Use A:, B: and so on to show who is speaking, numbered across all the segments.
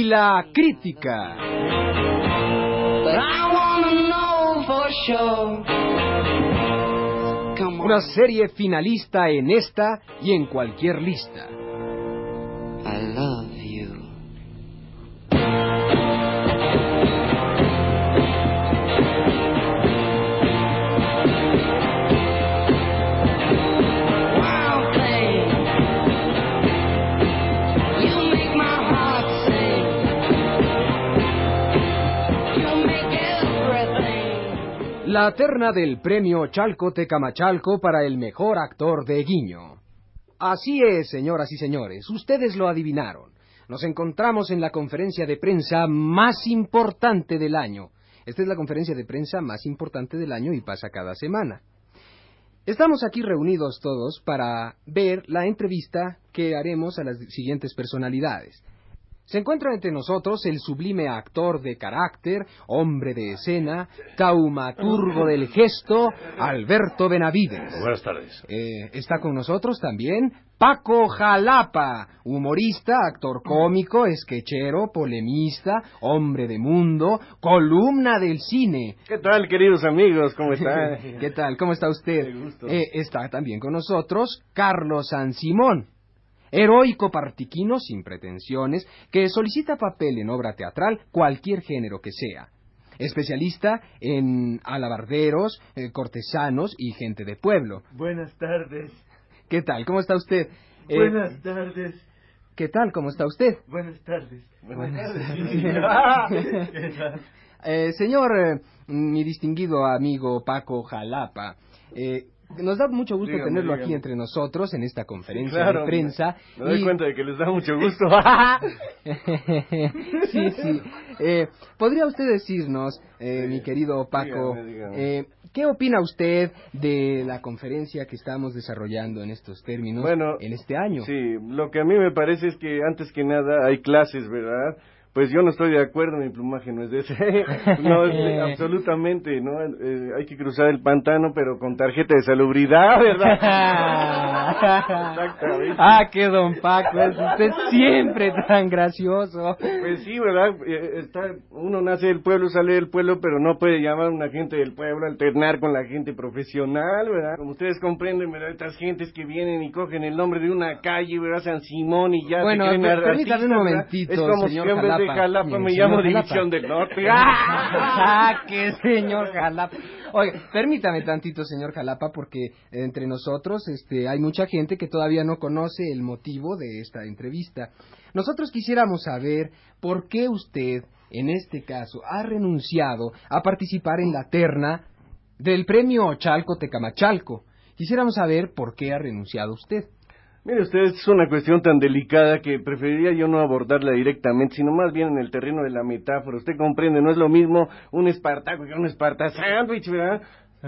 A: y la crítica. Una serie finalista en esta y en cualquier lista.
B: I love you. Wild thing, you make my heart sing. You make everything.
A: La terna del premio Chalco Tecamachalco para el mejor actor de Guiño. Así es, señoras y señores, ustedes lo adivinaron. Nos encontramos en la conferencia de prensa más importante del año. Esta es la conferencia de prensa más importante del año y pasa cada semana. Estamos aquí reunidos todos para ver la entrevista que haremos a las siguientes personalidades. Se encuentra entre nosotros el sublime actor de carácter, hombre de escena, taumaturgo del gesto, Alberto Benavides.
C: Buenas tardes.
A: Está con nosotros también Paco Jalapa, humorista, actor cómico, esquechero, polemista, hombre de mundo, columna del cine.
C: ¿Qué tal, queridos amigos? ¿Cómo están?
A: ¿Qué tal? ¿Cómo está usted?
C: De gusto.
A: Está también con nosotros Carlos San Simón. Heroico partiquino sin pretensiones, que solicita papel en obra teatral, cualquier género que sea. Especialista en alabarderos, cortesanos y gente de pueblo.
D: Buenas tardes.
A: ¿Qué tal? ¿Cómo está usted?
D: Buenas tardes.
A: ¿Qué tal? ¿Cómo está usted?
D: Buenas tardes.
A: Buenas
D: tardes. ¿Qué tal?
A: Señor, mi distinguido amigo Paco Jalapa, nos da mucho gusto tenerlo aquí entre nosotros en esta conferencia de prensa.
C: Me doy cuenta de que les da mucho gusto.
A: Sí. ¿Podría usted decirnos, mi querido Paco,
C: dígame.
A: qué opina usted de la conferencia que estamos desarrollando en estos términos en este año?
C: Sí, lo que a mí me parece es que antes que nada hay clases, ¿verdad? Pues yo no estoy de acuerdo, mi plumaje no es de ese. No, absolutamente, ¿no? Hay que cruzar el pantano, pero con tarjeta de salubridad, ¿verdad? Exactamente.
A: Ah, qué don Paco, es usted siempre tan gracioso.
C: Pues sí, ¿verdad? Uno nace del pueblo, sale del pueblo, pero no puede llamar a una gente del pueblo, alternar con la gente profesional, ¿verdad? Como ustedes comprenden, ¿verdad? Estas gentes que vienen y cogen el nombre de una calle, ¿verdad? San Simón y ya
A: bueno,
C: se creen
A: permítame un momentito,
C: es como
A: señor
C: si en vez de Jalapa me llamo División del Norte.
A: ¡Ah, qué señor Jalapa! Oiga, permítame tantito, señor Jalapa, porque entre nosotros hay mucha gente que todavía no conoce el motivo de esta entrevista. Nosotros quisiéramos saber por qué usted, en este caso, ha renunciado a participar en la terna del premio Chalco Tecamachalco. Quisiéramos saber por qué ha renunciado usted.
C: Mire usted, es una cuestión tan delicada que preferiría yo no abordarla directamente, sino más bien en el terreno de la metáfora. Usted comprende, no es lo mismo un Espartaco que un Esparta sándwich, ¿verdad?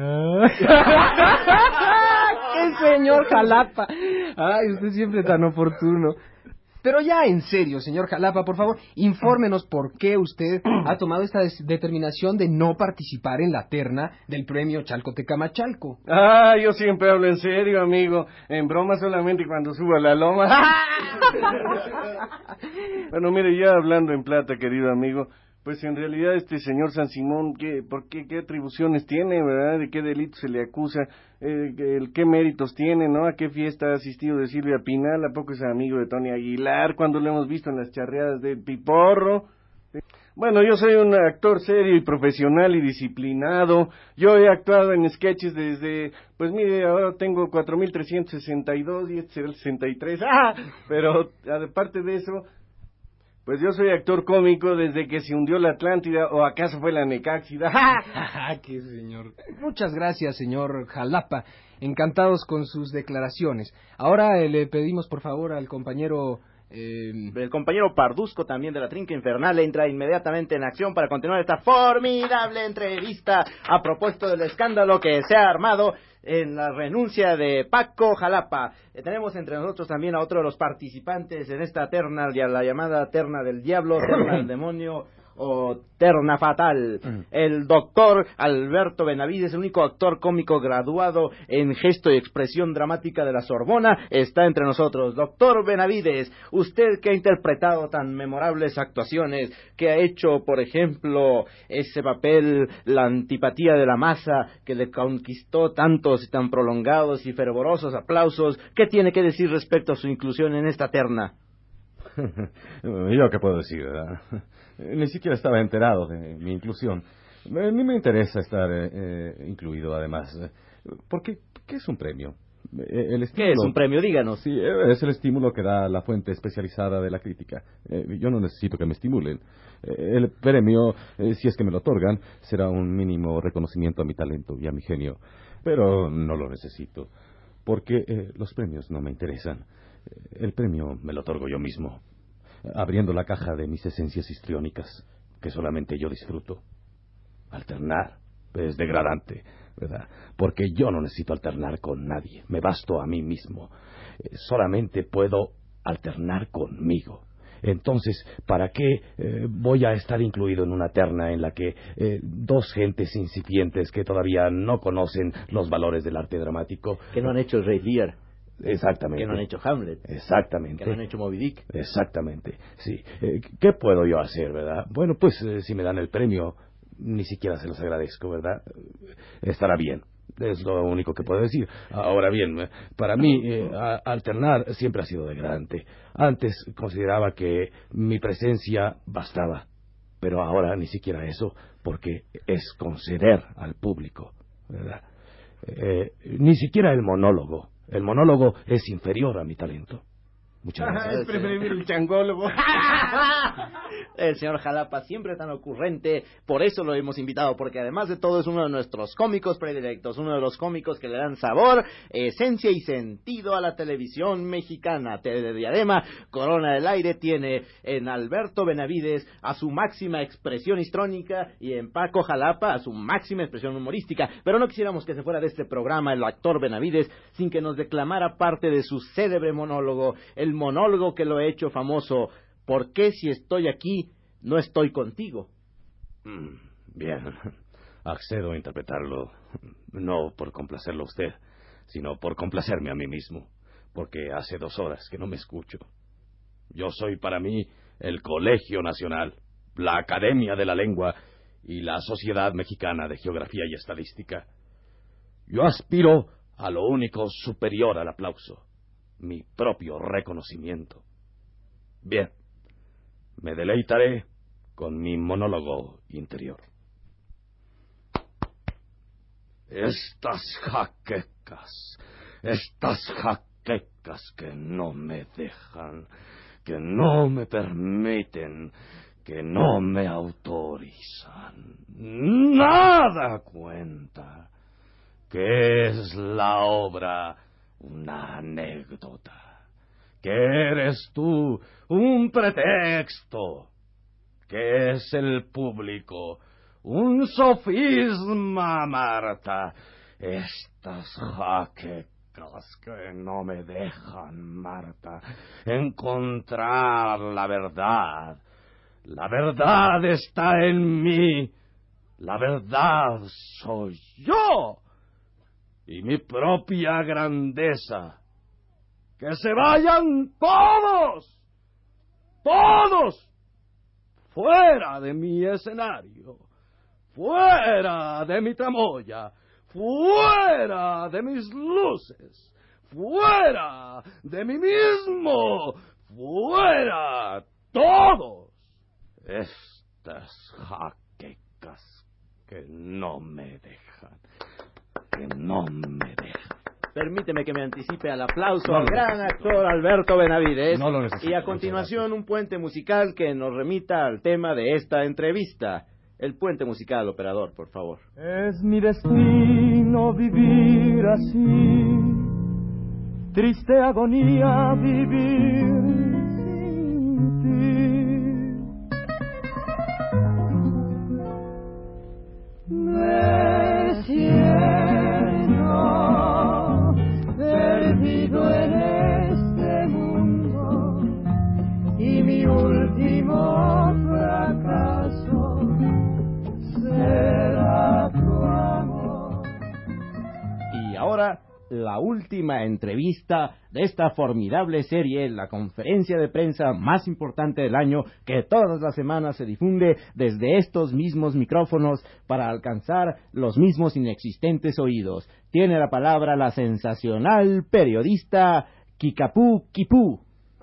A: ¡Qué señor Jalapa! Ay, usted siempre tan oportuno. Pero ya en serio, señor Jalapa, por favor, infórmenos por qué usted ha tomado esta determinación de no participar en la terna del premio Chalco Tecamachalco.
C: Ah, yo siempre hablo en serio, amigo. En broma solamente cuando subo a la loma. Bueno, mire, ya hablando en plata, querido amigo, pues en realidad este señor San Simón, ¿qué atribuciones tiene, verdad? ¿De qué delito se le acusa? ¿Qué méritos tiene, no? ¿A qué fiesta ha asistido de Silvia Pinal? ¿A poco es amigo de Tony Aguilar? ¿Cuándo lo hemos visto en las charreadas de Piporro? Bueno, yo soy un actor serio y profesional y disciplinado. Yo he actuado en sketches desde, pues mire, ahora tengo 4,362 y este será el 63. ¡Ah! Pero aparte de eso, pues yo soy actor cómico desde que se hundió la Atlántida, o acaso fue la Necaxida.
A: ¡Qué señor! Muchas gracias, señor Jalapa. Encantados con sus declaraciones. Ahora le pedimos, por favor, al compañero...
E: El compañero Parduzco, también de la Trinca Infernal, entra inmediatamente en acción para continuar esta formidable entrevista a propósito del escándalo que se ha armado en la renuncia de Paco Jalapa. Tenemos entre nosotros también a otro de los participantes en esta terna, la llamada terna del diablo, terna del demonio, o terna fatal. El doctor Alberto Benavides, el único actor cómico graduado en gesto y expresión dramática de la Sorbona, está entre nosotros. Doctor Benavides, usted que ha interpretado tan memorables actuaciones, que ha hecho, por ejemplo, ese papel, la antipatía de la masa, que le conquistó tantos y tan prolongados y fervorosos aplausos, ¿qué tiene que decir respecto a su inclusión en esta terna?
F: ¿Yo qué puedo decir, verdad? Ni siquiera estaba enterado de mi inclusión. Ni me interesa estar incluido, además. Porque, ¿qué es un premio?
E: ¿Qué es un premio? Díganos.
F: Sí, es el estímulo que da la fuente especializada de la crítica. Yo no necesito que me estimulen. El premio, si es que me lo otorgan, será un mínimo reconocimiento a mi talento y a mi genio. Pero no lo necesito, porque los premios no me interesan. El premio me lo otorgo yo mismo, abriendo la caja de mis esencias histriónicas, que solamente yo disfruto. Alternar es degradante, ¿verdad? Porque yo no necesito alternar con nadie, me basto a mí mismo. Solamente puedo alternar conmigo. Entonces, ¿para qué voy a estar incluido en una terna en la que dos gentes incipientes que todavía no conocen los valores del arte dramático...
E: Que no han hecho Rey Lear.
F: Exactamente.
E: Que no han hecho Hamlet.
F: Exactamente.
E: Que no han hecho Moby Dick.
F: Exactamente, sí. ¿Qué puedo yo hacer, verdad? Bueno, pues si me dan el premio, ni siquiera se los agradezco, ¿verdad? Estará bien. Es lo único que puedo decir. Ahora bien, para mí, alternar siempre ha sido degradante. Antes consideraba que mi presencia bastaba, pero ahora ni siquiera eso, porque es conceder al público, ¿verdad? Ni siquiera el monólogo. El monólogo es inferior a mi talento. Muchas gracias.
C: Es preferible el changólogo.
E: El señor Jalapa, siempre tan ocurrente, por eso lo hemos invitado, porque además de todo es uno de nuestros cómicos predilectos, uno de los cómicos que le dan sabor, esencia y sentido a la televisión mexicana. Telediadema, Corona del Aire, tiene en Alberto Benavides a su máxima expresión histrónica y en Paco Jalapa a su máxima expresión humorística, pero no quisiéramos que se fuera de este programa el actor Benavides sin que nos declamara parte de su célebre monólogo, el monólogo que lo ha hecho famoso: ¿por qué si estoy aquí no estoy contigo?
F: Bien, accedo a interpretarlo, no por complacerlo a usted, sino por complacerme a mí mismo, porque hace 2 horas que no me escucho. Yo soy para mí el Colegio Nacional, la Academia de la Lengua y la Sociedad Mexicana de Geografía y Estadística. Yo aspiro a lo único superior al aplauso, mi propio reconocimiento. Bien, me deleitaré con mi monólogo interior. Estas jaquecas que no me dejan, que no me permiten, que no me autorizan. Nada cuenta. ¿Qué es la obra? Una anécdota. ¿Qué eres tú? Un pretexto. ¿Qué es el público? Un sofisma, Marta. Estas jaquecas que no me dejan, Marta, encontrar la verdad. La verdad está en mí. La verdad soy yo. Y mi propia grandeza. ¡Que se vayan todos! ¡Todos! ¡Fuera de mi escenario! ¡Fuera de mi tramoya! ¡Fuera de mis luces! ¡Fuera de mí mismo! ¡Fuera todos! Estas jaquecas que no me dejan. Que no me deja.
E: Permíteme que me anticipe al aplauso al gran actor Alberto Benavides.
F: No lo necesito.
E: Y a continuación un puente musical que nos remita al tema de esta entrevista. El puente musical, operador, por favor.
G: Es mi destino vivir así, triste agonía vivir sin ti. Me siento perdido en este mundo y mi último fracaso
E: la última entrevista de esta formidable serie, la conferencia de prensa más importante del año, que todas las semanas se difunde desde estos mismos micrófonos para alcanzar los mismos inexistentes oídos. Tiene la palabra la sensacional periodista Kikapú Kipú.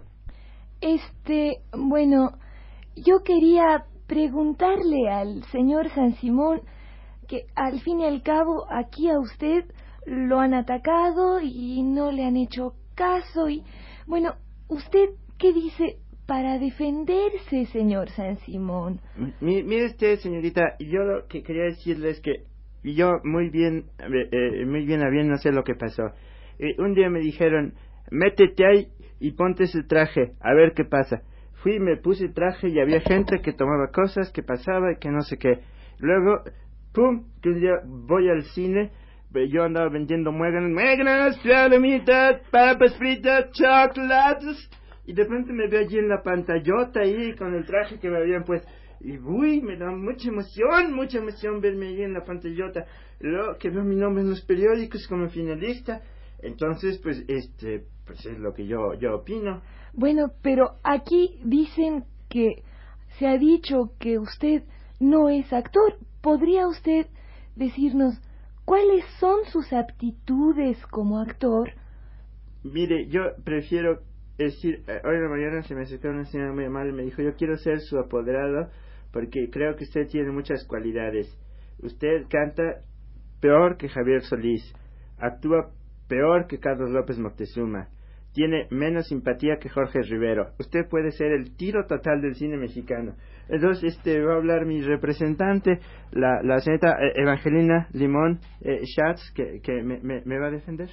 H: Bueno, yo quería preguntarle al señor San Simón que al fin y al cabo aquí a usted lo han atacado y no le han hecho caso y, bueno, ¿usted qué dice para defenderse, señor San Simón?
I: Mire usted, señorita, yo lo que quería decirle es que yo muy bien a bien no sé lo que pasó. Un día me dijeron, métete ahí y ponte ese traje, a ver qué pasa. Fui, me puse el traje y había gente que tomaba cosas, que pasaba y que no sé qué. Luego, pum, que un día voy al cine, yo andaba vendiendo muéganos, palomitas, papas fritas, chocolates, y de pronto me veo allí en la pantallota ahí con el traje que me habían puesto. Y uy, me da mucha emoción verme allí en la pantallota. Luego que veo mi nombre en los periódicos como finalista. Entonces, pues es lo que yo opino.
H: Bueno, pero aquí dicen que se ha dicho que usted no es actor. ¿Podría usted decirnos cuáles son sus aptitudes como actor?
I: Mire, yo prefiero decir, hoy en la mañana se me acercó una señora muy amable y me dijo, yo quiero ser su apoderado porque creo que usted tiene muchas cualidades. Usted canta peor que Javier Solís, actúa peor que Carlos López Moctezuma, tiene menos simpatía que Jorge Rivero. Usted puede ser el tiro total del cine mexicano. Entonces, va a hablar mi representante, la señorita Evangelina Limón Schatz, que me va a defender.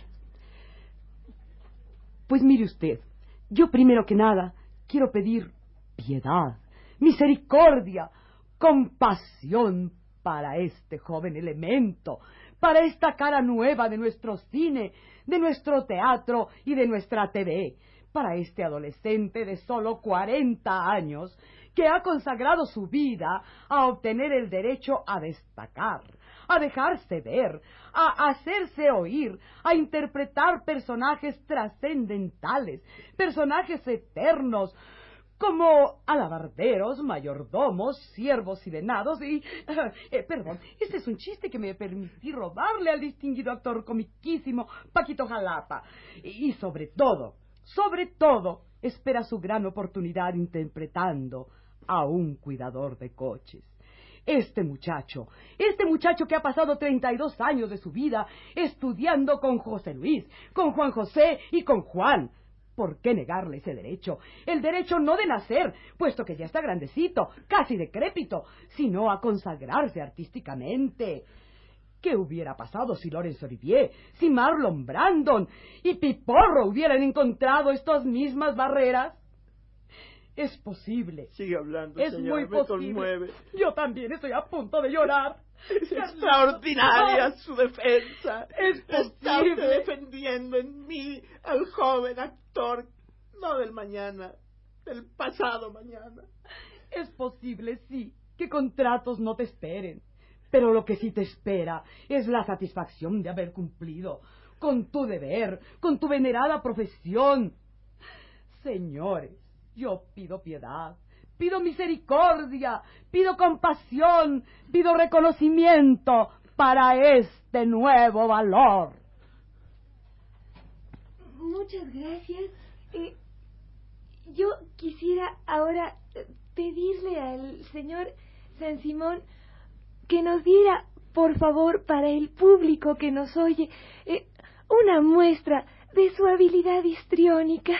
J: Pues mire usted, yo primero que nada quiero pedir piedad, misericordia, compasión para este joven elemento, para esta cara nueva de nuestro cine, de nuestro teatro y de nuestra TV, para este adolescente de solo 40 años que ha consagrado su vida a obtener el derecho a destacar, a dejarse ver, a hacerse oír, a interpretar personajes trascendentales, personajes eternos, como alabarderos, mayordomos, siervos y venados y... perdón, este es un chiste que me permití robarle al distinguido actor comiquísimo Paquito Jalapa. Y sobre todo, espera su gran oportunidad interpretando a un cuidador de coches. Este muchacho que ha pasado 32 años de su vida estudiando con José Luis, con Juan José y con Juan. ¿Por qué negarle ese derecho? El derecho no de nacer, puesto que ya está grandecito, casi decrépito, sino a consagrarse artísticamente. ¿Qué hubiera pasado si Laurence Olivier, si Marlon Brandon y Piporro hubieran encontrado estas mismas barreras? Es posible.
I: Sigue hablando,
J: es
I: señora,
J: muy posible.
I: Conmueve.
J: Yo también estoy a punto de llorar.
I: Es extraordinaria su defensa.
J: Es posible.
I: Está usted defendiendo en mí al joven actor, no del mañana, del pasado mañana.
J: Es posible, sí, que contratos no te esperen, pero lo que sí te espera es la satisfacción de haber cumplido con tu deber, con tu venerada profesión. Señores, yo pido piedad, pido misericordia, pido compasión, pido reconocimiento para este nuevo valor.
H: Muchas gracias. Yo quisiera ahora pedirle al señor San Simón que nos diera, por favor, para el público que nos oye, una muestra de su habilidad histriónica.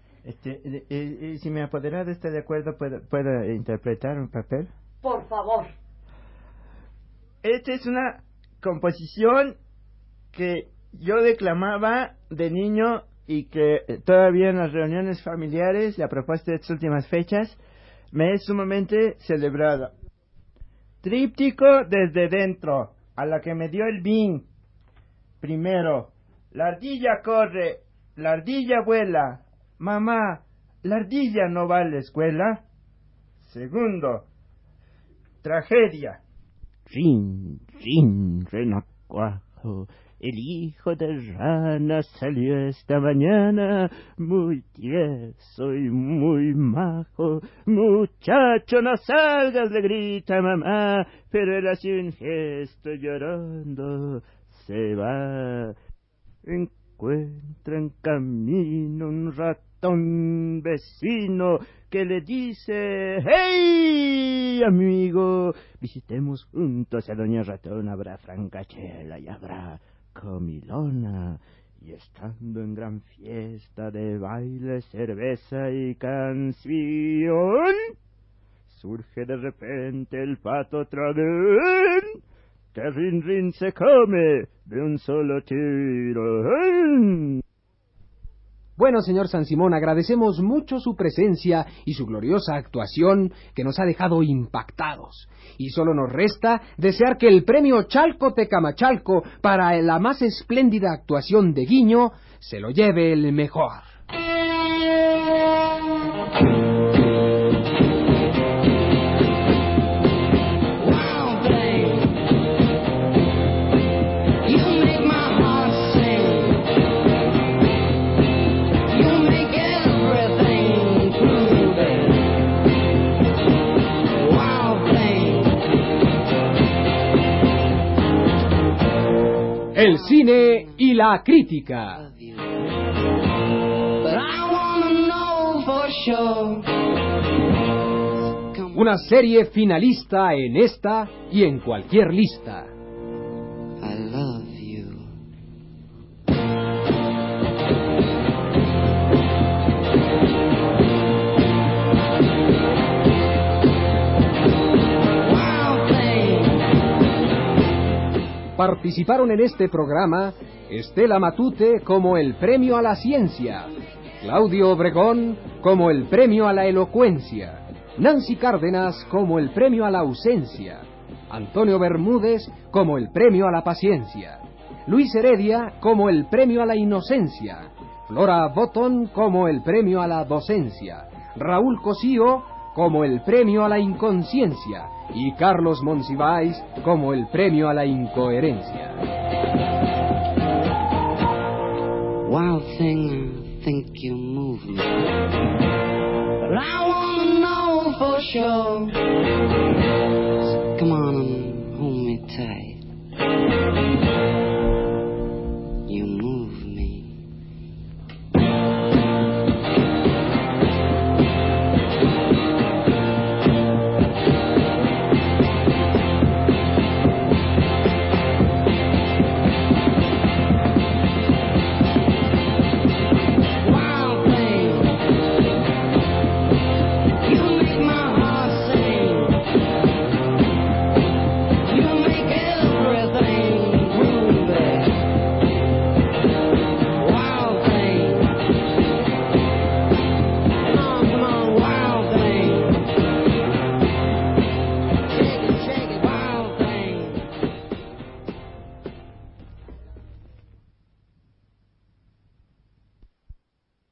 I: Si mi apoderado está de acuerdo, ¿puedo interpretar un papel?
J: Por favor.
I: Esta es una composición que yo declamaba de niño y que todavía en las reuniones familiares, a propósito de estas últimas fechas, me es sumamente celebrada. Tríptico desde dentro, a la que me dio el BIN. Primero, la ardilla corre, la ardilla vuela. Mamá, ¿la ardilla no va a la escuela? Segundo, tragedia. Rin, renacuajo, El hijo de rana salió esta mañana, muy tieso y muy majo. Muchacho, no salgas, le grita mamá, pero él hace un gesto llorando, se va. Encuentra en camino un ratón vecino que le dice: ¡Hey, amigo! Visitemos juntos a Doña Ratón, habrá francachela y habrá comilona. Y estando en gran fiesta de baile, cerveza y canción, surge de repente el pato Tragón, que Rin Rin se come de un solo tiro.
A: Bueno, señor San Simón, agradecemos mucho su presencia y su gloriosa actuación que nos ha dejado impactados. Y solo nos resta desear que el premio Chalco Tecamachalco para la más espléndida actuación de Guiño se lo lleve el mejor. El cine y la crítica. Una serie finalista en esta y en cualquier lista.
B: I love you.
A: Participaron en este programa Estela Matute como el premio a la ciencia, Claudio Obregón como el premio a la elocuencia, Nancy Cárdenas como el premio a la ausencia, Antonio Bermúdez como el premio a la paciencia, Luis Heredia como el premio a la inocencia, Flora Botton como el premio a la docencia, Raúl Cosío como el premio a la inconsciencia y Carlos Monsiváis como el premio a la incoherencia.
B: Wild thing, I think you move me. But I wanna know for sure.